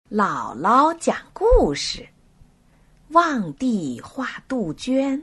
姥姥讲故事，望帝画杜鹃。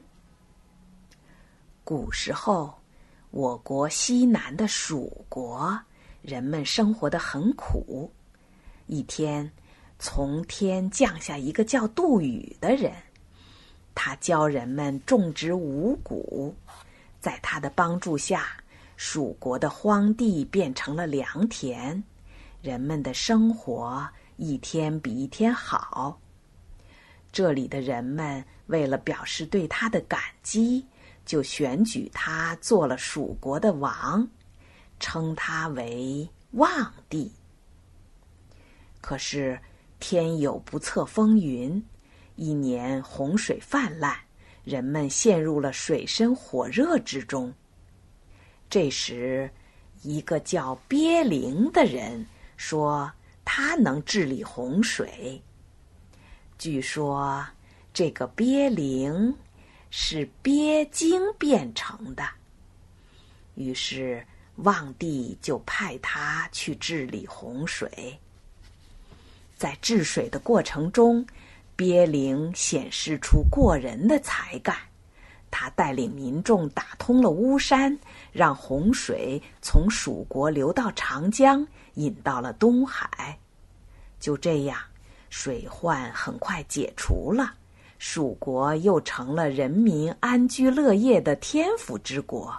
古时候，我国西南的蜀国，人们生活得很苦。一天，从天降下一个叫杜宇的人，他教人们种植五谷。在他的帮助下，蜀国的荒地变成了良田，人们的生活一天比一天好。这里的人们为了表示对他的感激，就选举他做了蜀国的王，称他为望帝。可是天有不测风云，一年洪水泛滥，人们陷入了水深火热之中。这时，一个叫鳖灵的人说他能治理洪水。据说这个鳖灵是鳖精变成的，于是望帝就派他去治理洪水。在治水的过程中，鳖灵显示出过人的才干，他带领民众打通了巫山，让洪水从蜀国流到长江，引到了东海。就这样，水患很快解除了，蜀国又成了人民安居乐业的天府之国。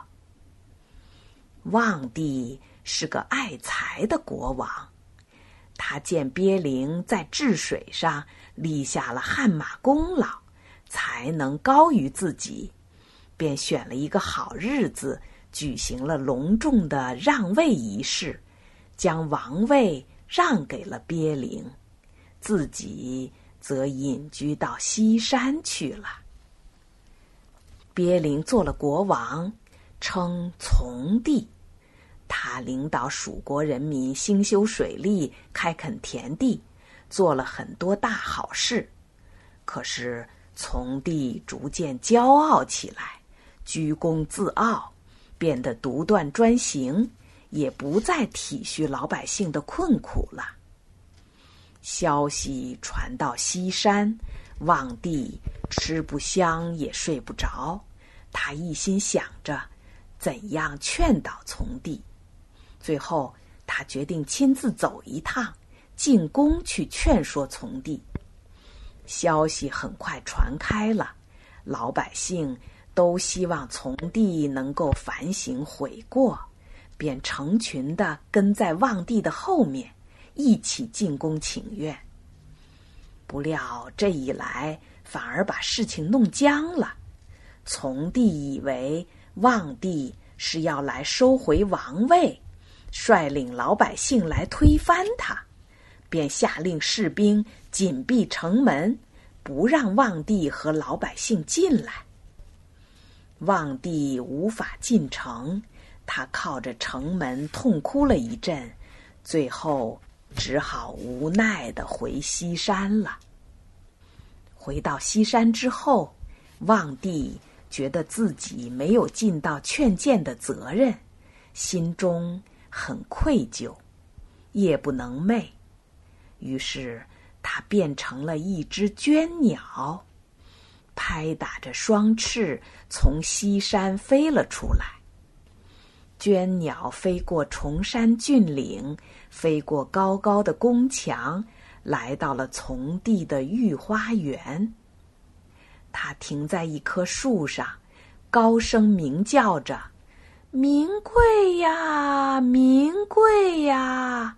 望帝是个爱才的国王，他见鳖灵在治水上立下了汗马功劳，才能高于自己，便选了一个好日子，举行了隆重的让位仪式，将王位让给了鳖灵，自己则隐居到西山去了。鳖灵做了国王，称从帝。他领导蜀国人民兴修水利，开垦田地，做了很多大好事。可是从帝逐渐骄傲起来，居功自傲，变得独断专行，也不再体恤老百姓的困苦了。消息传到西山，望帝吃不香也睡不着，他一心想着怎样劝导从帝。最后他决定亲自走一趟，进宫去劝说从帝。消息很快传开了，老百姓都希望从帝能够反省悔过，便成群地跟在望帝的后面，一起进宫请愿。不料这一来，反而把事情弄僵了。从帝以为望帝是要来收回王位，率领老百姓来推翻他，便下令士兵紧闭城门，不让望帝和老百姓进来。望帝无法进城，他靠着城门痛哭了一阵，最后只好无奈地回西山了。回到西山之后，望帝觉得自己没有尽到劝谏的责任，心中很愧疚，夜不能寐。于是他变成了一只鹃鸟，拍打着双翅从西山飞了出来。鹃鸟飞过崇山峻岭，飞过高高的宫墙，来到了从帝的御花园。它停在一棵树上，高声鸣叫着：“名贵呀，名贵呀！”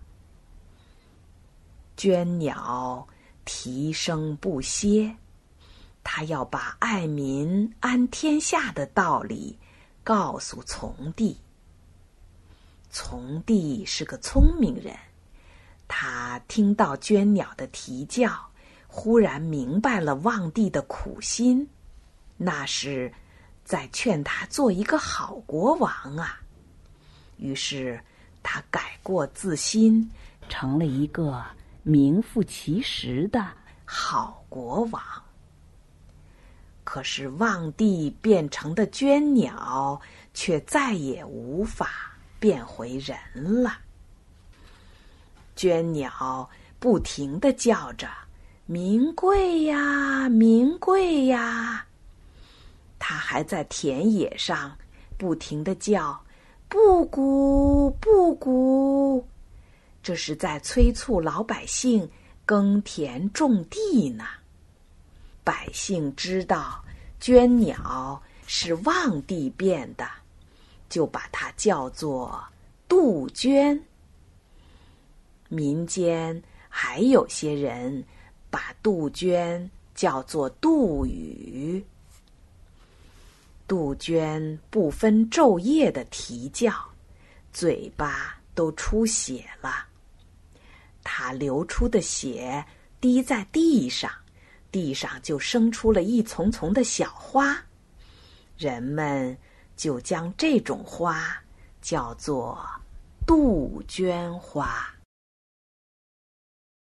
鹃鸟啼声不歇，它要把爱民安天下的道理告诉从帝。从帝是个聪明人，他听到鹃鸟的啼叫，忽然明白了望帝的苦心，那是在劝他做一个好国王啊。于是他改过自新，成了一个名副其实的好国王。可是望帝变成的鹃鸟却再也无法变回人了。鹃鸟不停地叫着名贵呀，名贵呀。它还在田野上不停地叫布谷，布谷，这是在催促老百姓耕田种地呢。百姓知道鹃鸟是望帝变的，就把它叫做杜鹃。民间还有些人把杜鹃叫做杜宇。杜鹃不分昼夜的啼叫，嘴巴都出血了。它流出的血滴在地上，地上就生出了一丛丛的小花，人们就将这种花叫做杜鹃花。